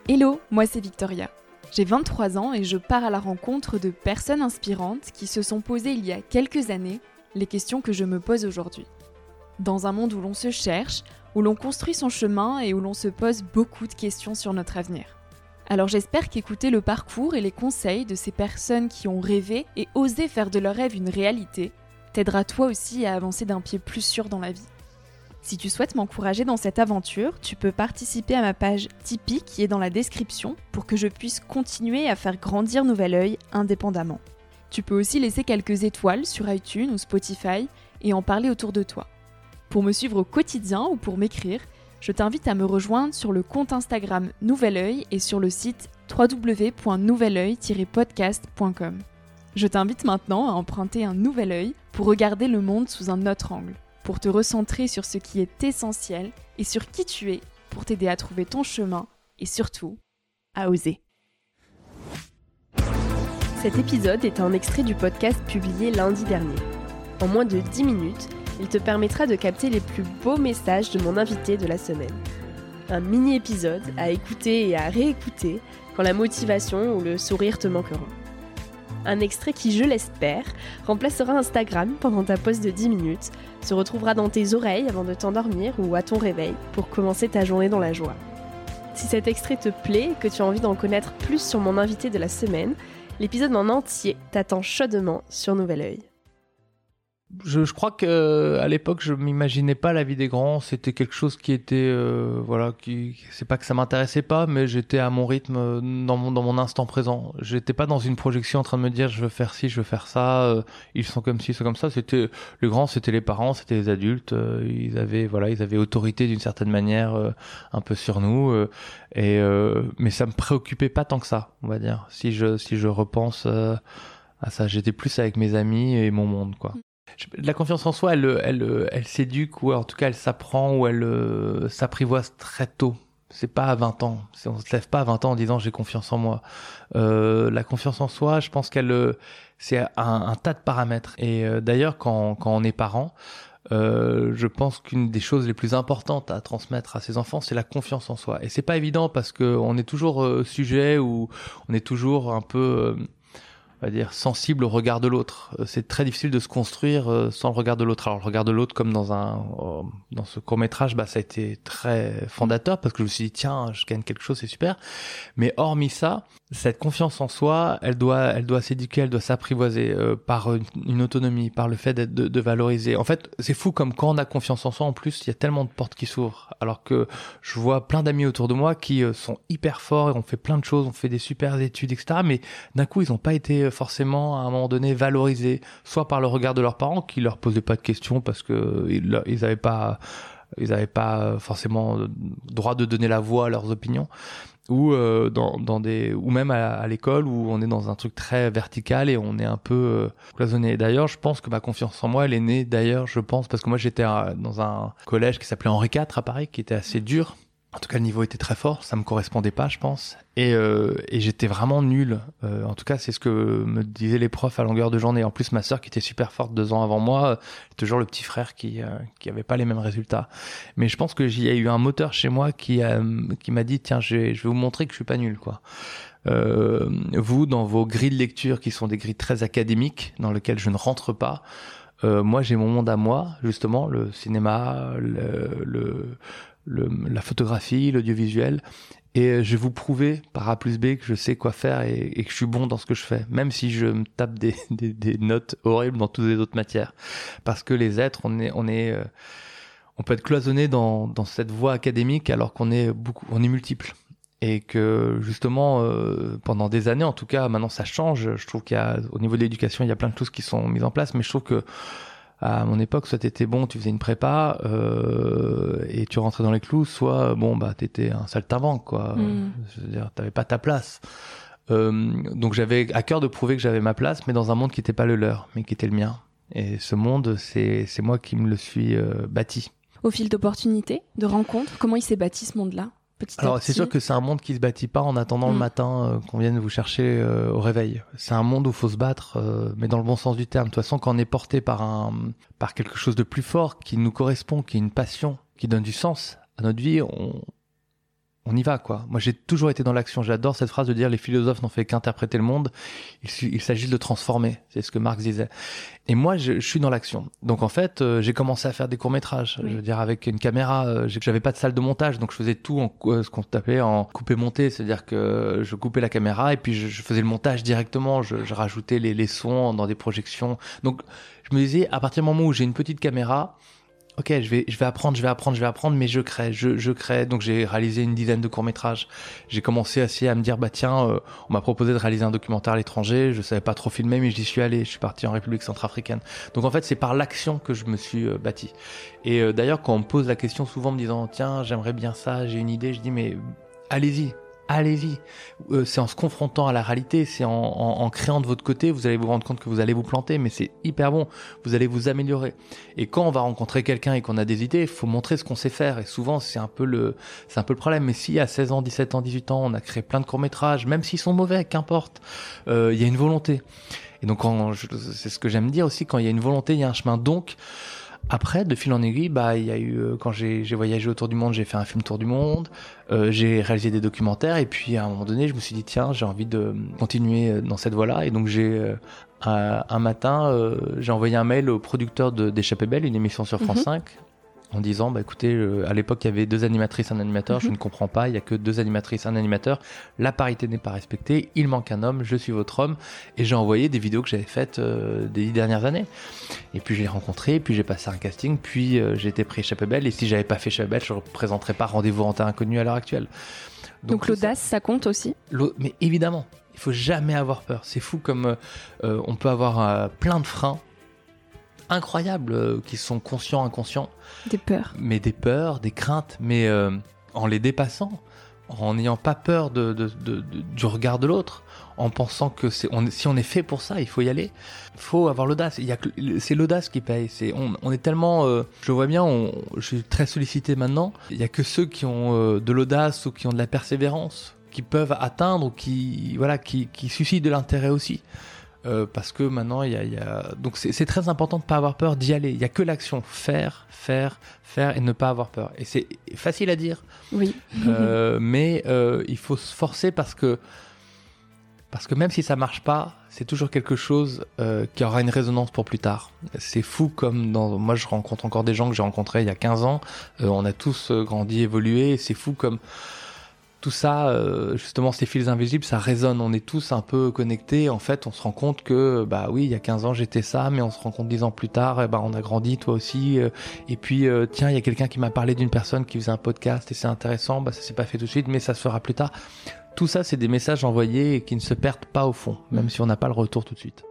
Hello, moi c'est Victoria. J'ai 23 ans et je pars à la rencontre de personnes inspirantes qui se sont posées il y a quelques années les questions que je me pose aujourd'hui. Dans un monde où l'on se cherche, où l'on construit son chemin et où l'on se pose beaucoup de questions sur notre avenir. Alors j'espère qu'écouter le parcours et les conseils de ces personnes qui ont rêvé et osé faire de leur rêve une réalité t'aidera toi aussi à avancer d'un pied plus sûr dans la vie. Si tu souhaites m'encourager dans cette aventure, tu peux participer à ma page Tipeee qui est dans la description pour que je puisse continuer à faire grandir Nouvel Oeil indépendamment. Tu peux aussi laisser quelques étoiles sur iTunes ou Spotify et en parler autour de toi. Pour me suivre au quotidien ou pour m'écrire, je t'invite à me rejoindre sur le compte Instagram Nouvel Oeil et sur le site www.nouveloeil-podcast.com. Je t'invite maintenant à emprunter un nouvel œil pour regarder le monde sous un autre angle, pour te recentrer sur ce qui est essentiel et sur qui tu es, pour t'aider à trouver ton chemin et surtout, à oser. Cet épisode est un extrait du podcast publié lundi dernier. En moins de 10 minutes, il te permettra de capter les plus beaux messages de mon invité de la semaine. Un mini-épisode à écouter et à réécouter quand la motivation ou le sourire te manqueront. Un extrait qui, je l'espère, remplacera Instagram pendant ta pause de 10 minutes, se retrouvera dans tes oreilles avant de t'endormir ou à ton réveil pour commencer ta journée dans la joie. Si cet extrait te plaît et que tu as envie d'en connaître plus sur mon invité de la semaine, l'épisode en entier t'attend chaudement sur Nouvel Oeil. Je crois qu'à l'époque, je m'imaginais pas la vie des grands. C'était quelque chose qui était, c'est pas que ça m'intéressait pas, mais j'étais à mon rythme dans mon instant présent. J'étais pas dans une projection en train de me dire je veux faire ci, je veux faire ça. Ils sont comme ci, ils sont comme ça. C'était les grands, c'était les parents, c'était les adultes. Ils avaient autorité d'une certaine manière, un peu sur nous. Mais ça me préoccupait pas tant que ça, on va dire. Si je repense à ça, j'étais plus avec mes amis et mon monde, quoi. La confiance en soi, elle s'éduque, ou en tout cas elle s'apprend, ou elle s'apprivoise très tôt. C'est pas à 20 ans. On se lève pas à 20 ans en disant j'ai confiance en moi. La confiance en soi, je pense c'est un tas de paramètres. Et d'ailleurs, quand on est parent, je pense qu'une des choses les plus importantes à transmettre à ses enfants, c'est la confiance en soi. Et c'est pas évident parce que on est toujours sujet, ou on est toujours un peu on va dire sensible au regard de l'autre. C'est très difficile de se construire sans le regard de l'autre. Alors le regard de l'autre, comme dans ce court-métrage, ça a été très fondateur parce que je me suis dit tiens, je gagne quelque chose, c'est super. Mais hormis ça, cette confiance en soi, elle doit s'éduquer, elle doit s'apprivoiser par une autonomie, par le fait de valoriser. En fait, c'est fou comme quand on a confiance en soi, en plus, il y a tellement de portes qui s'ouvrent. Alors que je vois plein d'amis autour de moi qui sont hyper forts et ont fait plein de choses, ont fait des super études, etc. Mais d'un coup, ils n'ont pas été forcément à un moment donné valorisés, soit par le regard de leurs parents qui leur posaient pas de questions parce que ils avaient pas forcément droit de donner la voix à leurs opinions, ou ou même à l'école où on est dans un truc très vertical et on est un peu cloisonné. D'ailleurs, je pense que ma confiance en moi, elle est née parce que moi j'étais dans un collège qui s'appelait Henri IV à Paris, qui était assez dur. En tout cas, le niveau était très fort, ça me correspondait pas, je pense. Et j'étais vraiment nul. En tout cas, c'est ce que me disaient les profs à longueur de journée. En plus, ma sœur, qui était super forte 2 ans avant moi, toujours le petit frère qui avait pas les mêmes résultats. Mais je pense que j'y a eu un moteur chez moi qui m'a dit tiens, je vais vous montrer que je suis pas nul, quoi. Vous, dans vos grilles de lecture, qui sont des grilles très académiques, dans lesquelles je ne rentre pas, moi, j'ai mon monde à moi, justement, le cinéma, la photographie, l'audiovisuel, et je vais vous prouver par A plus B que je sais quoi faire et que je suis bon dans ce que je fais, même si je me tape des notes horribles dans toutes les autres matières, parce que les êtres, on peut être cloisonné dans cette voie académique alors qu'on est multiples, et que justement pendant des années, en tout cas maintenant ça change. Je trouve au niveau de l'éducation, il y a plein de choses qui sont mises en place, mais je trouve que à mon époque, soit t'étais bon, tu faisais une prépa et tu rentrais dans les clous, soit t'étais un saltimbanque, quoi. Je veux dire, t'avais pas ta place. Donc j'avais à cœur de prouver que j'avais ma place, mais dans un monde qui était pas le leur, mais qui était le mien. Et ce monde, c'est moi qui me le suis bâti. Au fil d'opportunités, de rencontres, comment il s'est bâti ce monde-là ? Alors c'est sûr que c'est un monde qui se bâtit pas en attendant le matin qu'on vienne vous chercher au réveil. C'est un monde où il faut se battre, mais dans le bon sens du terme. De toute façon, quand on est porté par quelque chose de plus fort, qui nous correspond, qui est une passion, qui donne du sens à notre vie, on y va, quoi. Moi, j'ai toujours été dans l'action. J'adore cette phrase de dire les philosophes n'ont fait qu'interpréter le monde. Il s'agit de le transformer. C'est ce que Marx disait. Et moi, je suis dans l'action. Donc, en fait, j'ai commencé à faire des courts-métrages. Oui. Je veux dire, avec une caméra, j'avais pas de salle de montage. Donc, je faisais tout ce qu'on appelait en coupé-monté. C'est-à-dire que je coupais la caméra et puis je faisais le montage directement. Je rajoutais les sons dans des projections. Donc, je me disais, à partir du moment où j'ai une petite caméra, ok, je vais apprendre, mais je crée. Donc j'ai réalisé une dizaine de courts-métrages. J'ai commencé à me dire, on m'a proposé de réaliser un documentaire à l'étranger. Je savais pas trop filmer, mais j'y suis allé. Je suis parti en République centrafricaine. Donc en fait, c'est par l'action que je me suis bâti. Et d'ailleurs, quand on me pose la question souvent en me disant, tiens, j'aimerais bien ça, j'ai une idée, je dis, mais allez-y. C'est en se confrontant à la réalité, c'est en créant de votre côté, vous allez vous rendre compte que vous allez vous planter, mais c'est hyper bon, vous allez vous améliorer. Et quand on va rencontrer quelqu'un et qu'on a des idées, il faut montrer ce qu'on sait faire. Et souvent, c'est un peu le problème. Mais si à 16 ans, 17 ans, 18 ans, on a créé plein de courts-métrages, même s'ils sont mauvais, qu'importe, il y a une volonté. Et donc, c'est ce que j'aime dire aussi, quand il y a une volonté, il y a un chemin. Donc, après, de fil en aiguille, il y a eu, quand j'ai voyagé autour du monde, j'ai fait un film tour du monde, j'ai réalisé des documentaires, et puis à un moment donné, je me suis dit, tiens, j'ai envie de continuer dans cette voie-là. Et donc, un matin, j'ai envoyé un mail au producteur d'Échappée Belle, une émission sur France 5, en disant, écoutez, à l'époque, il y avait 2 animatrices, un animateur, je ne comprends pas, il y a que 2 animatrices, un animateur, la parité n'est pas respectée, il manque un homme, je suis votre homme, et j'ai envoyé des vidéos que j'avais faites des 10 dernières années. Et puis je l'ai rencontré, puis j'ai passé un casting, puis j'ai été pris Échappée Belle, et si j'avais pas fait Échappée Belle, je ne représenterais pas Rendez-vous en terre inconnue à l'heure actuelle. Donc l'audace, ça compte aussi ? Mais évidemment, il faut jamais avoir peur. C'est fou comme on peut avoir plein de freins incroyables qui sont conscients, inconscients. Des peurs. Mais des peurs, des craintes, mais en les dépassant, en n'ayant pas peur du regard de l'autre, en pensant que si on est fait pour ça, il faut y aller. Il faut avoir l'audace. C'est l'audace qui paye. On est tellement... je vois bien, je suis très sollicité maintenant. Il n'y a que ceux qui ont de l'audace ou qui ont de la persévérance qui peuvent atteindre ou qui suscitent de l'intérêt aussi. Parce que maintenant donc c'est très important de ne pas avoir peur d'y aller. Il n'y a que l'action, faire et ne pas avoir peur. Et c'est facile à dire, oui. Mais il faut se forcer parce que même si ça marche pas, c'est toujours quelque chose qui aura une résonance pour plus tard. C'est fou comme moi je rencontre encore des gens que j'ai rencontrés il y a 15 ans, on a tous grandi, évolué, et c'est fou comme tout ça, justement, ces fils invisibles, ça résonne. On est tous un peu connectés. En fait, on se rend compte que, oui, il y a 15 ans, j'étais ça, mais on se rend compte 10 ans plus tard, on a grandi, toi aussi. Et puis, tiens, il y a quelqu'un qui m'a parlé d'une personne qui faisait un podcast et c'est intéressant. Ça s'est pas fait tout de suite, mais ça se fera plus tard. Tout ça, c'est des messages envoyés et qui ne se perdent pas au fond, même si on n'a pas le retour tout de suite.